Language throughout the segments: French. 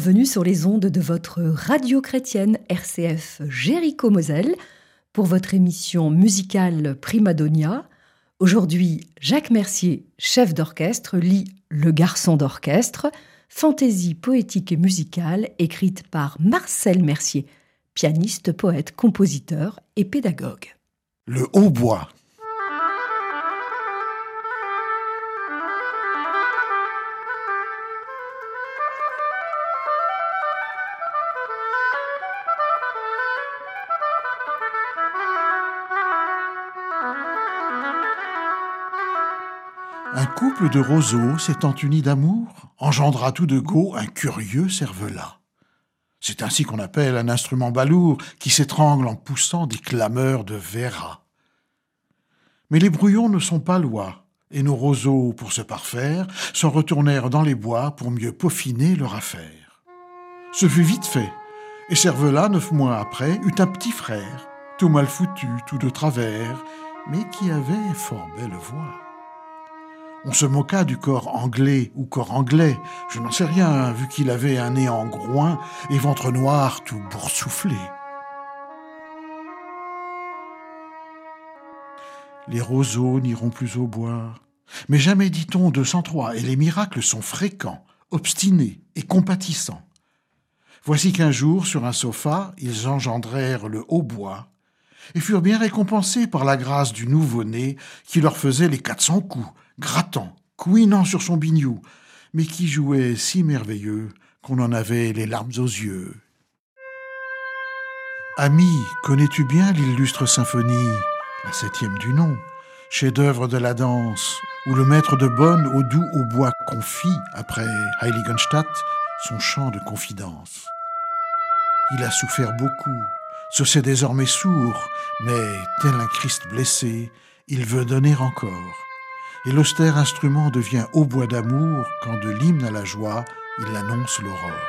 Bienvenue sur les ondes de votre radio chrétienne RCF Jéricho-Moselle pour votre émission musicale Primadonia. Aujourd'hui, Jacques Mercier, chef d'orchestre, lit Le garçon d'orchestre, fantaisie poétique et musicale écrite par Marcel Mercier, pianiste, poète, compositeur et pédagogue. Le hautbois. Un couple de roseaux s'étant unis d'amour engendra tout de go un curieux cervelas. C'est ainsi qu'on appelle un instrument balourd qui s'étrangle en poussant des clameurs de verra. Mais les brouillons ne sont pas lois, et nos roseaux, pour se parfaire, s'en retournèrent dans les bois pour mieux peaufiner leur affaire. Ce fut vite fait, et Cervelas, 9 mois après, eut un petit frère, tout mal foutu, tout de travers, mais qui avait fort belle voix. On se moqua du corps anglais ou corps anglais, je n'en sais rien, vu qu'il avait un nez en groin et ventre noir tout boursouflé. Les roseaux n'iront plus au bois, mais jamais dit-on 203, et les miracles sont fréquents, obstinés et compatissants. Voici qu'un jour, sur un sofa, ils engendrèrent le hautbois, et furent bien récompensés par la grâce du nouveau-né qui leur faisait les 400 coups, grattant, couinant sur son biniou, mais qui jouait si merveilleux qu'on en avait les larmes aux yeux. Ami, connais-tu bien l'illustre symphonie, la 7e du nom, chef-d'œuvre de la danse, où le maître de bonne au doux hautbois confie, après Heiligenstadt, son chant de confidence. Il a souffert beaucoup, se sait désormais sourd, mais, tel un Christ blessé, il veut donner encore. Et l'austère instrument devient hautbois d'amour quand de l'hymne à la joie, il annonce l'aurore.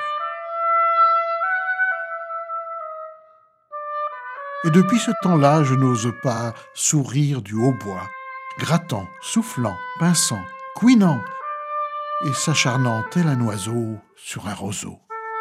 Et depuis ce temps-là, je n'ose pas sourire du hautbois, grattant, soufflant, pinçant, couinant, et s'acharnant tel un oiseau sur un roseau.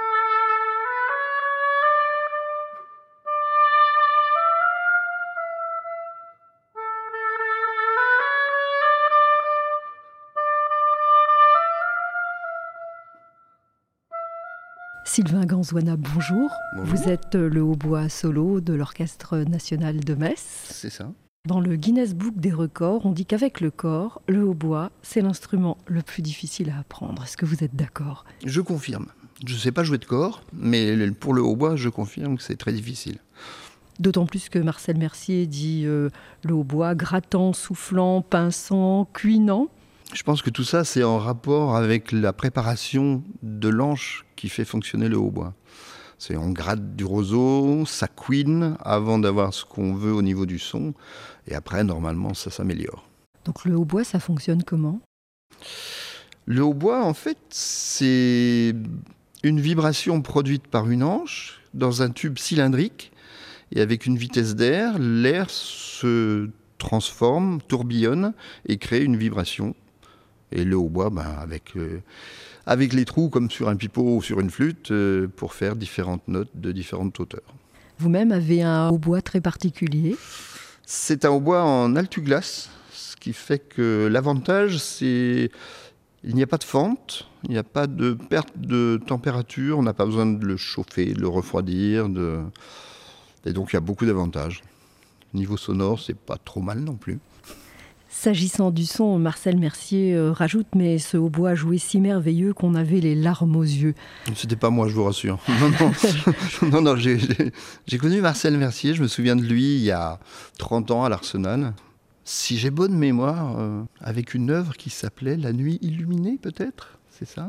Sylvain Ganzouana, bonjour. Bonjour. Vous êtes le hautbois solo de l'Orchestre national de Metz. C'est ça. Dans le Guinness Book des records, on dit qu'avec le corps, le hautbois, c'est l'instrument le plus difficile à apprendre. Est-ce que vous êtes d'accord ? Je confirme. Je ne sais pas jouer de corps, mais pour le hautbois, je confirme que c'est très difficile. D'autant plus que Marcel Mercier dit le hautbois grattant, soufflant, pinçant, cuinant. Je pense que tout ça, c'est en rapport avec la préparation de l'anche qui fait fonctionner le hautbois. C'est on gratte du roseau, ça couine avant d'avoir ce qu'on veut au niveau du son, et après, normalement, ça s'améliore. Donc le hautbois, ça fonctionne comment ? Le hautbois, en fait, c'est une vibration produite par une anche dans un tube cylindrique, et avec une vitesse d'air, l'air se transforme, tourbillonne, et crée une vibration. Et le hautbois, avec les trous comme sur un pipeau ou sur une flûte, pour faire différentes notes de différentes hauteurs. Vous-même avez un hautbois très particulier. C'est un hautbois en altu-glace, ce qui fait que l'avantage, c'est il n'y a pas de fente, il n'y a pas de perte de température, on n'a pas besoin de le chauffer, de le refroidir, et donc il y a beaucoup d'avantages. Niveau sonore, c'est pas trop mal non plus. S'agissant du son, Marcel Mercier rajoute « Mais ce hautbois jouait si merveilleux qu'on avait les larmes aux yeux ». C'était pas moi, je vous rassure. Non, j'ai connu Marcel Mercier, je me souviens de lui il y a 30 ans à l'Arsenal. Si j'ai bonne mémoire, avec une œuvre qui s'appelait « La nuit illuminée » peut-être, c'est ça.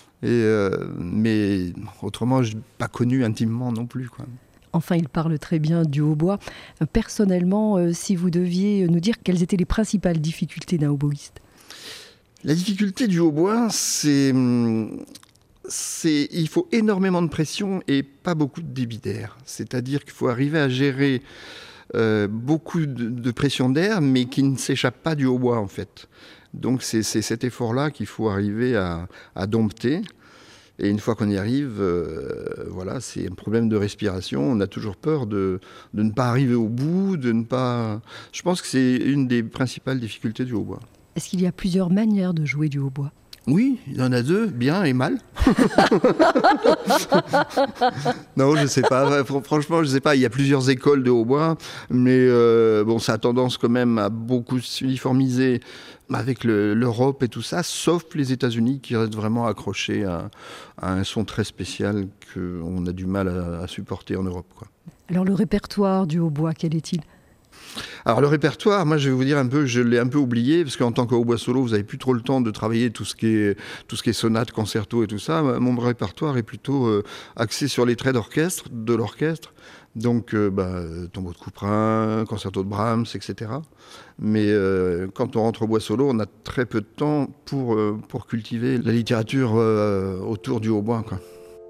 Mais autrement, je n'ai pas connu intimement non plus, quoi. Enfin, il parle très bien du hautbois. Personnellement, si vous deviez nous dire quelles étaient les principales difficultés d'un hautboïste ? La difficulté du hautbois, c'est il faut énormément de pression et pas beaucoup de débit d'air. C'est-à-dire qu'il faut arriver à gérer beaucoup de pression d'air, mais qui ne s'échappe pas du hautbois, en fait. Donc c'est cet effort-là qu'il faut arriver à dompter. Et une fois qu'on y arrive, voilà, c'est un problème de respiration. On a toujours peur de ne pas arriver au bout, de ne pas... Je pense que c'est une des principales difficultés du hautbois. Est-ce qu'il y a plusieurs manières de jouer du hautbois ? Oui, il y en a deux, bien et mal. Non, je ne sais pas. Franchement, je ne sais pas. Il y a plusieurs écoles de hautbois, mais bon, ça a tendance quand même à beaucoup s'uniformiser avec l'Europe et tout ça, sauf les États-Unis qui restent vraiment accrochés à un son très spécial qu'on a du mal à supporter en Europe, quoi. Alors le répertoire du hautbois, quel est-il ? Alors le répertoire, moi je vais vous dire un peu, je l'ai un peu oublié, parce qu'en tant que hautbois solo, vous n'avez plus trop le temps de travailler tout ce qui est sonate, concerto et tout ça. Mon répertoire est plutôt axé sur les traits de l'orchestre. Donc tombeau de Couperin, concerto de Brahms, etc. Mais quand on rentre au bois solo, on a très peu de temps pour cultiver la littérature autour du hautbois, quoi.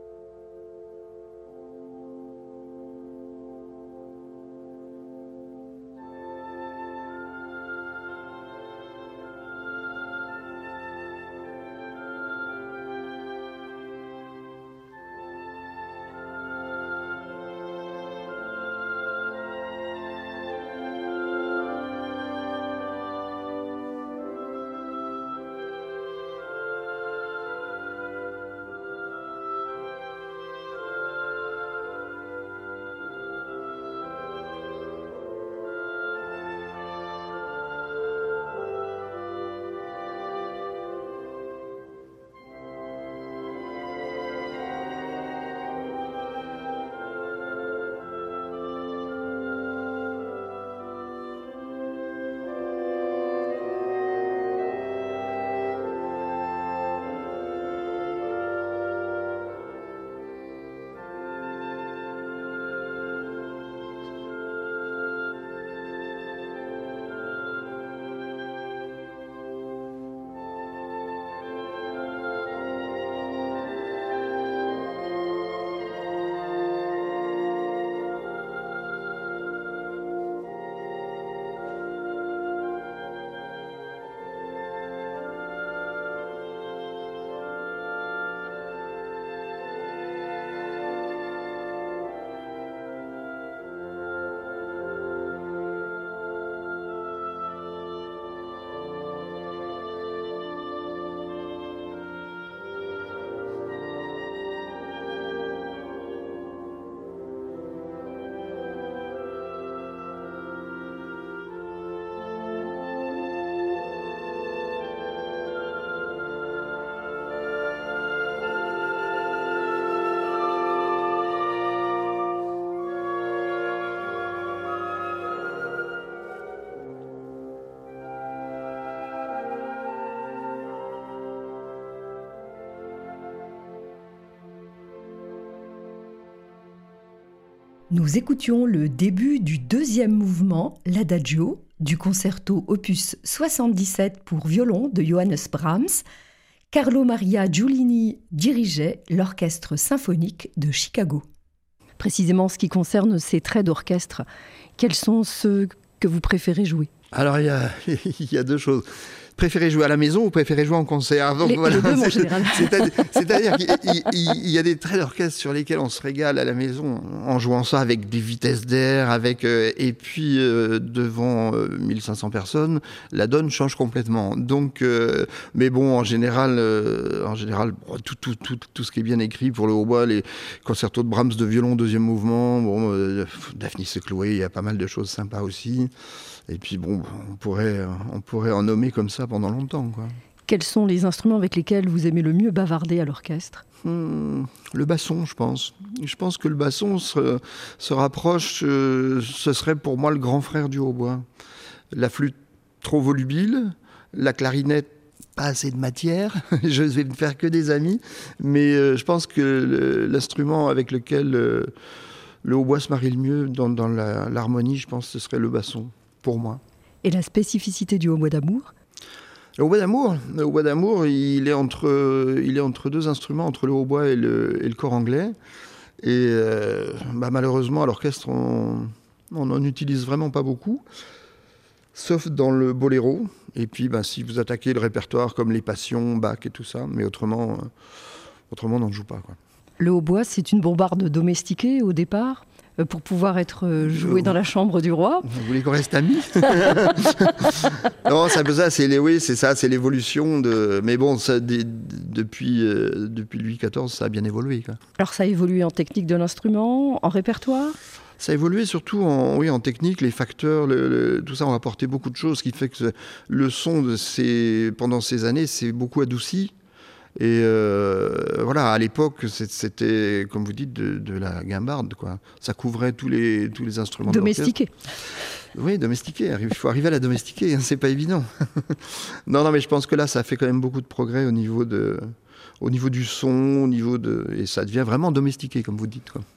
Nous écoutions le début du deuxième mouvement, l'Adagio, du concerto opus 77 pour violon de Johannes Brahms. Carlo Maria Giulini dirigeait l'Orchestre symphonique de Chicago. Précisément en ce qui concerne ces traits d'orchestre, quels sont ceux que vous préférez jouer ? Alors, il y a deux choses. Préférez jouer à la maison ou préférez jouer en concert? Donc, les deux, mon général. C'est-à-dire qu'il y a des traits d'orchestre sur lesquels on se régale à la maison en jouant ça avec des vitesses d'air, et puis devant 1500 personnes, la donne change complètement. Donc, mais bon, en général, tout ce qui est bien écrit pour le hautbois, les concertos de Brahms de violon, deuxième mouvement, Daphnis et Chloé, il y a pas mal de choses sympas aussi. Et puis bon, on pourrait en nommer comme ça pendant longtemps, quoi. Quels sont les instruments avec lesquels vous aimez le mieux bavarder à l'orchestre ? Le basson, je pense. Je pense que le basson se rapproche, ce serait pour moi le grand frère du hautbois. La flûte trop volubile, la clarinette pas assez de matière, je vais me faire que des amis, mais je pense que l'instrument avec lequel le hautbois se marie le mieux dans l'harmonie, je pense que ce serait le basson. Pour moi. Et la spécificité du hautbois d'amour ? Le hautbois d'amour, il est entre deux instruments, entre le hautbois et le cor anglais. Et malheureusement, à l'orchestre, on n'en utilise vraiment pas beaucoup, sauf dans le boléro. Et puis, si vous attaquez le répertoire comme les Passions, Bach et tout ça, mais autrement, Autrement, on n'en joue pas, quoi. Le hautbois, c'est une bombarde domestiquée au départ pour pouvoir être joué dans la chambre du roi. Vous voulez qu'on reste amis? Non, c'est un peu ça, c'est l'évolution de... Mais bon, ça, depuis Louis XIV, ça a bien évolué, quoi. Alors ça a évolué en technique de l'instrument, en répertoire? Ça a évolué surtout en technique, les facteurs, tout ça ont apporté beaucoup de choses, ce qui fait que le son pendant ces années s'est beaucoup adouci. Et voilà, à l'époque, c'était, comme vous dites, de la guimbarde, quoi. Ça couvrait tous les instruments domestiqués. Oui, domestiqués. Il faut arriver à la domestiquer, hein, c'est pas évident. Non, mais je pense que là, ça a fait quand même beaucoup de progrès au niveau du son, et ça devient vraiment domestiqué, comme vous dites, quoi.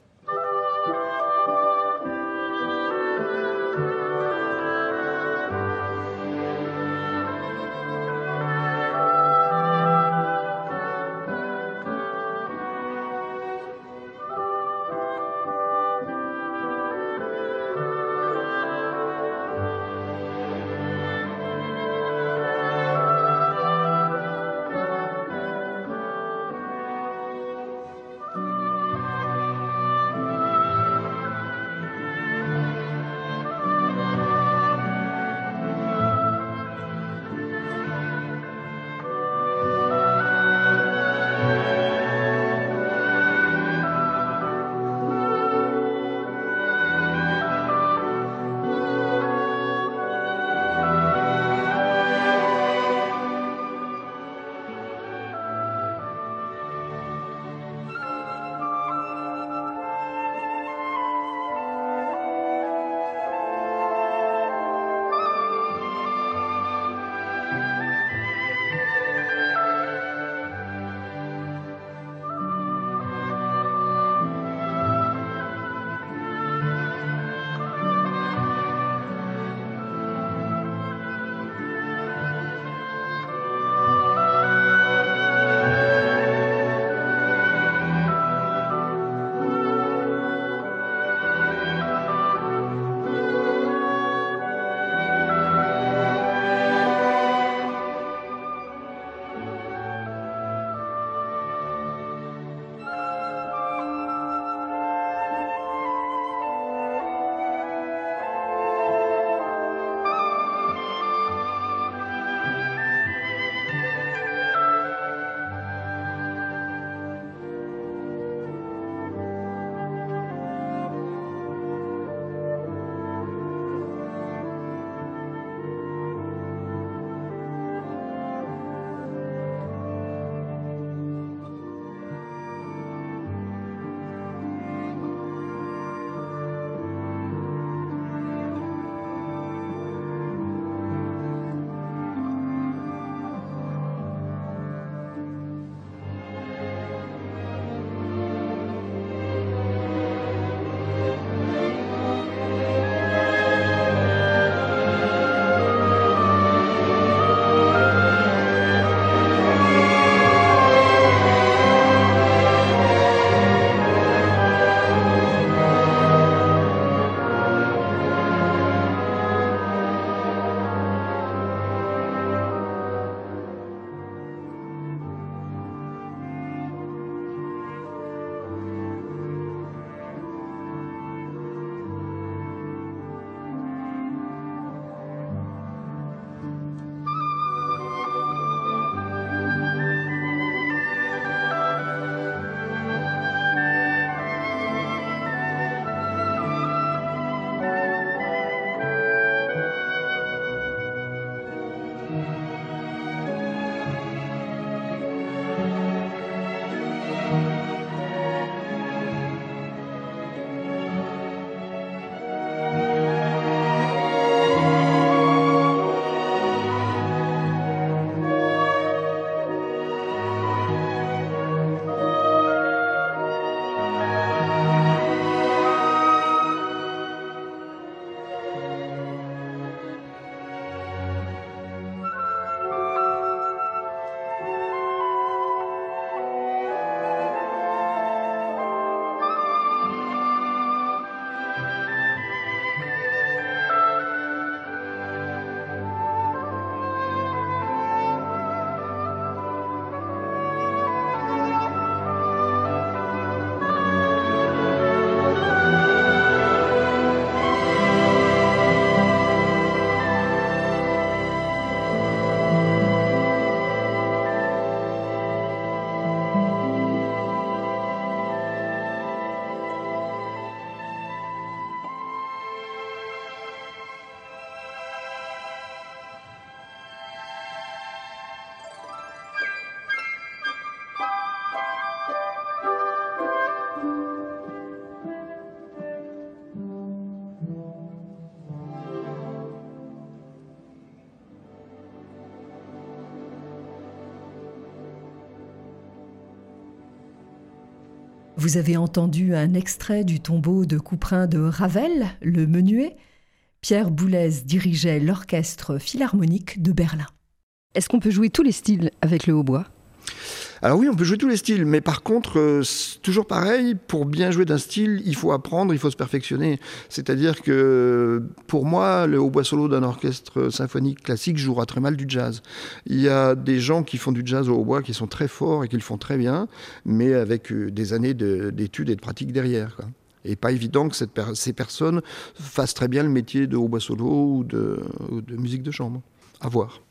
Vous avez entendu un extrait du tombeau de Couperin de Ravel, le Menuet. Pierre Boulez dirigeait l'orchestre philharmonique de Berlin. Est-ce qu'on peut jouer tous les styles avec le hautbois ? Alors oui, on peut jouer tous les styles, mais par contre, c'est toujours pareil, pour bien jouer d'un style, il faut apprendre, il faut se perfectionner. C'est-à-dire que, pour moi, le hautbois solo d'un orchestre symphonique classique jouera très mal du jazz. Il y a des gens qui font du jazz au hautbois qui sont très forts et qui le font très bien, mais avec des années d'études et de pratique derrière, quoi. Et pas évident que ces personnes fassent très bien le métier de hautbois solo ou de musique de chambre. À voir.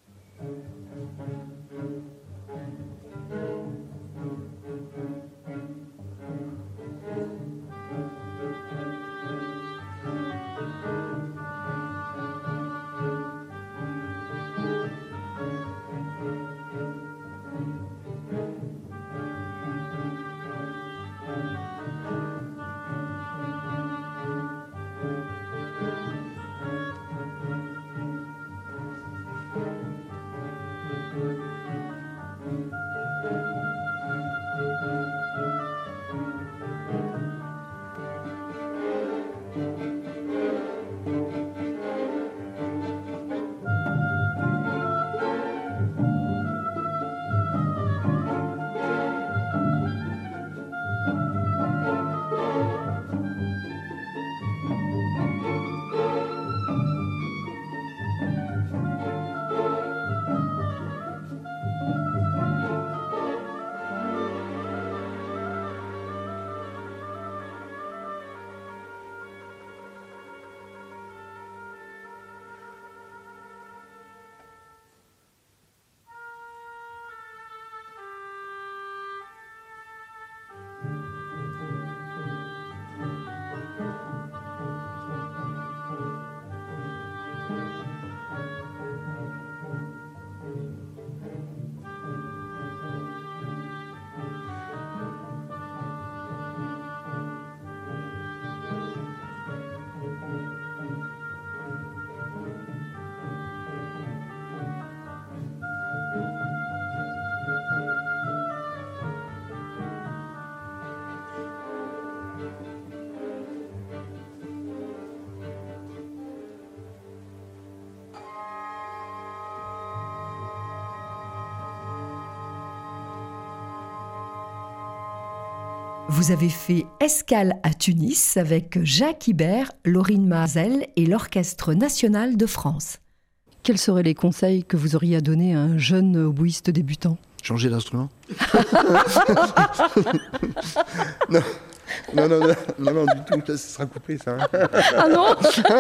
Vous avez fait escale à Tunis avec Jacques Ibert, Laurine Mazel et l'Orchestre national de France. Quels seraient les conseils que vous auriez à donner à un jeune oboïste débutant ? Changer d'instrument. Non. Non, du tout, ça sera coupé, ça. Ah non.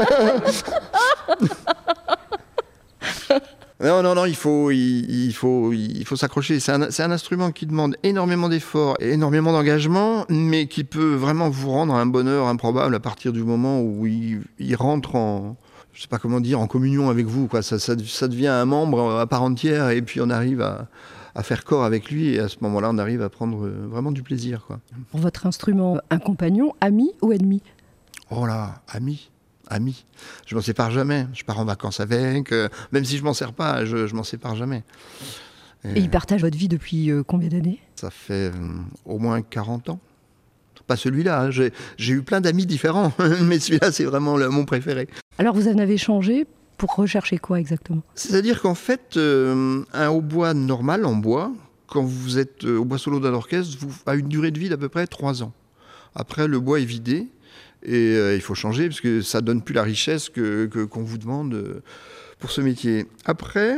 Non, il faut s'accrocher. C'est un instrument qui demande énormément d'efforts et énormément d'engagement, mais qui peut vraiment vous rendre un bonheur improbable à partir du moment où il rentre en, je sais pas comment dire, en communion avec vous, quoi. Ça devient un membre à part entière, et puis on arrive à faire corps avec lui, et à ce moment-là, on arrive à prendre vraiment du plaisir, quoi. Pour votre instrument, un compagnon, ami ou ennemi ? Oh là, ami. Je m'en sépare jamais. Je pars en vacances avec. Même si je m'en sers pas, je m'en sépare jamais. Et il partage votre vie depuis combien d'années ? Ça fait au moins 40 ans. Pas celui-là, hein. J'ai eu plein d'amis différents, mais celui-là, c'est vraiment mon préféré. Alors vous en avez changé pour rechercher quoi exactement ? C'est-à-dire qu'en fait, un hautbois normal en bois, quand vous êtes hautbois solo d'un orchestre, a une durée de vie d'à peu près 3 ans. Après, le bois est vidé. Et il faut changer parce que ça donne plus la richesse qu'on vous demande pour ce métier. Après,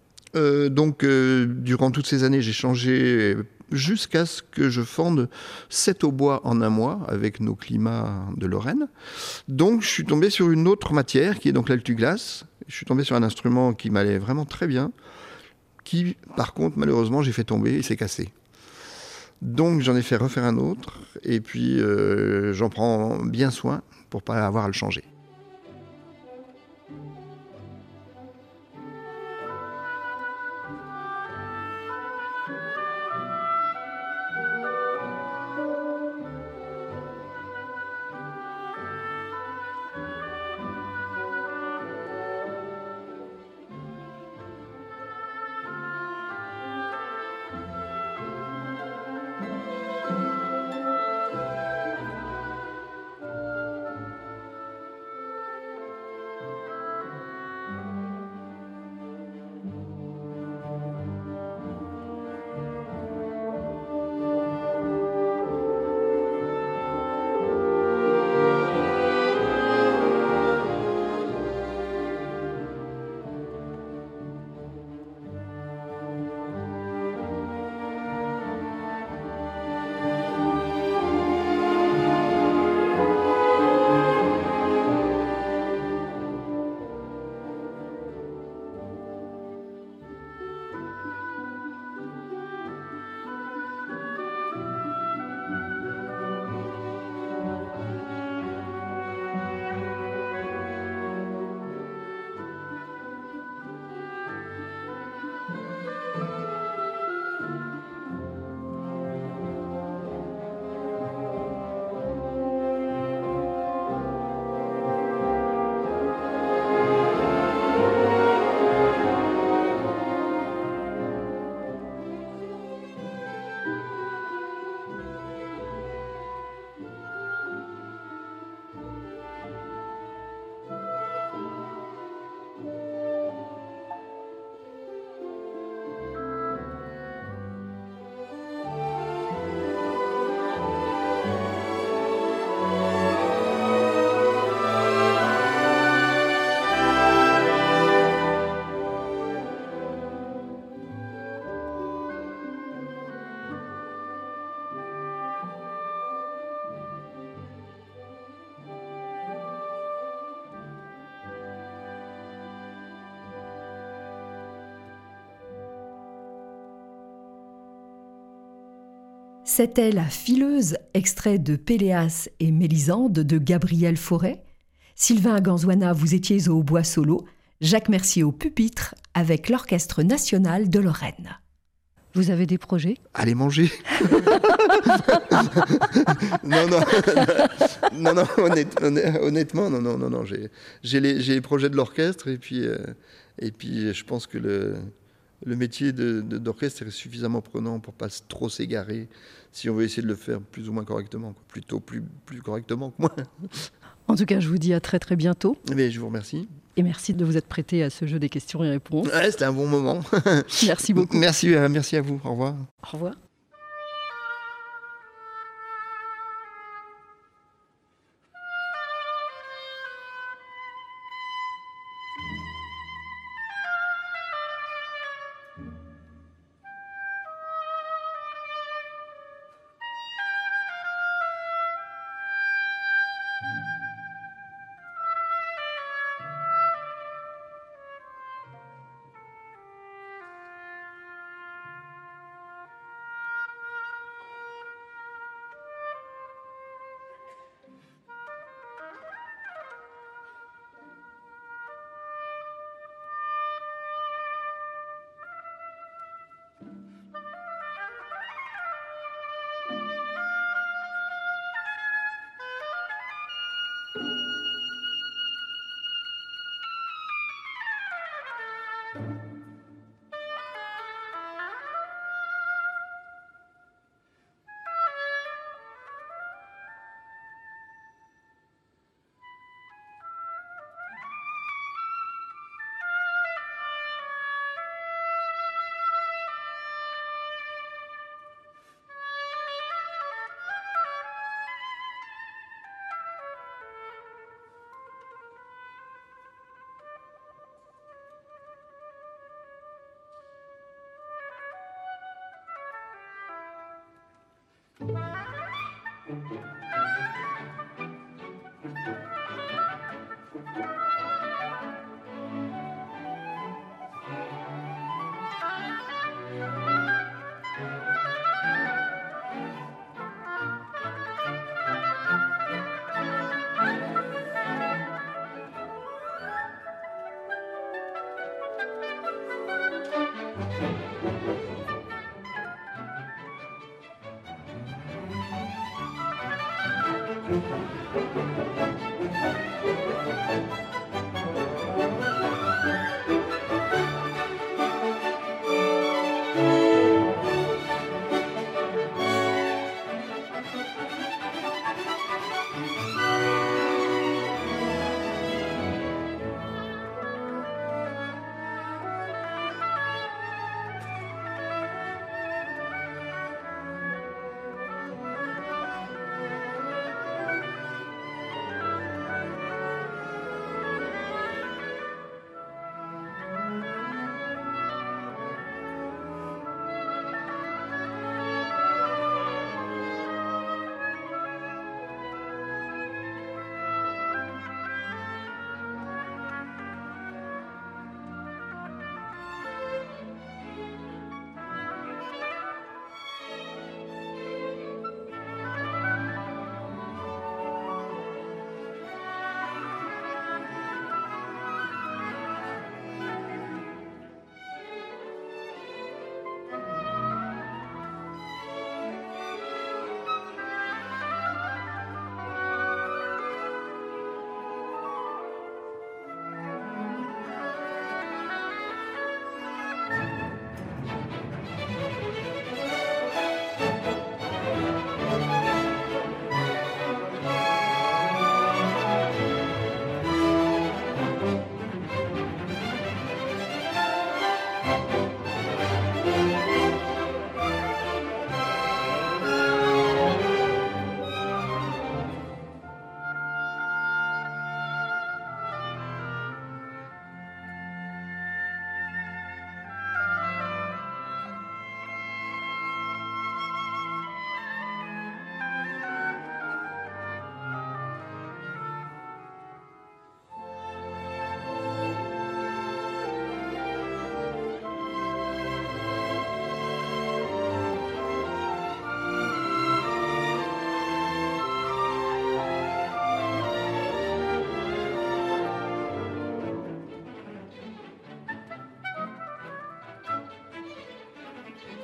durant toutes ces années, j'ai changé jusqu'à ce que je fonde 7 hautbois en un mois avec nos climats de Lorraine. Donc, je suis tombé sur une autre matière qui est donc l'altuglace. Je suis tombé sur un instrument qui m'allait vraiment très bien, qui, par contre, malheureusement, j'ai fait tomber et s'est cassé. Donc j'en ai fait refaire un autre, et puis j'en prends bien soin pour ne pas avoir à le changer. C'était La Fileuse, extrait de Péléas et Mélisande de Gabriel Fauré. Sylvain Ganzouana, vous étiez au hautbois solo. Jacques Mercier au pupitre avec l'Orchestre national de Lorraine. Vous avez des projets ? Allez manger. non, honnêtement, non. J'ai les projets de l'orchestre et puis je pense que le métier d'orchestre est suffisamment prenant pour pas trop s'égarer si on veut essayer de le faire plus ou moins correctement, quoi. Plutôt plus correctement que moi. En tout cas, je vous dis à très très bientôt. Mais je vous remercie. Et merci de vous être prêté à ce jeu des questions et réponses. Ouais, c'était un bon moment. Merci beaucoup. Merci à vous. Au revoir. Au revoir.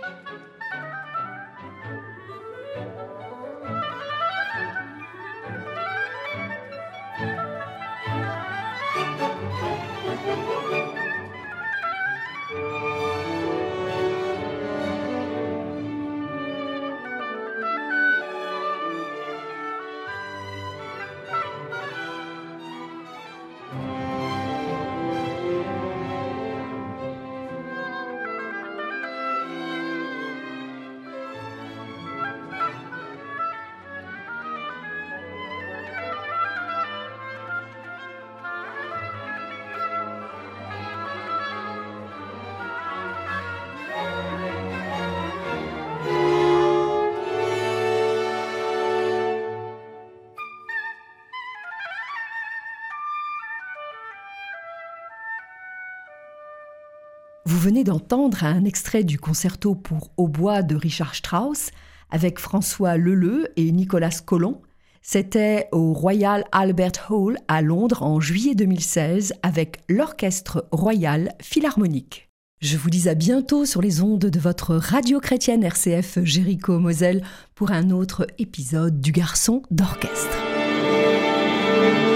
Vous venez d'entendre un extrait du concerto pour hautbois de Richard Strauss avec François Leleux et Nicolas Colomb. C'était au Royal Albert Hall à Londres en juillet 2016 avec l'Orchestre Royal Philharmonique. Je vous dis à bientôt sur les ondes de votre radio chrétienne RCF Jéricho-Moselle pour un autre épisode du Garçon d'orchestre.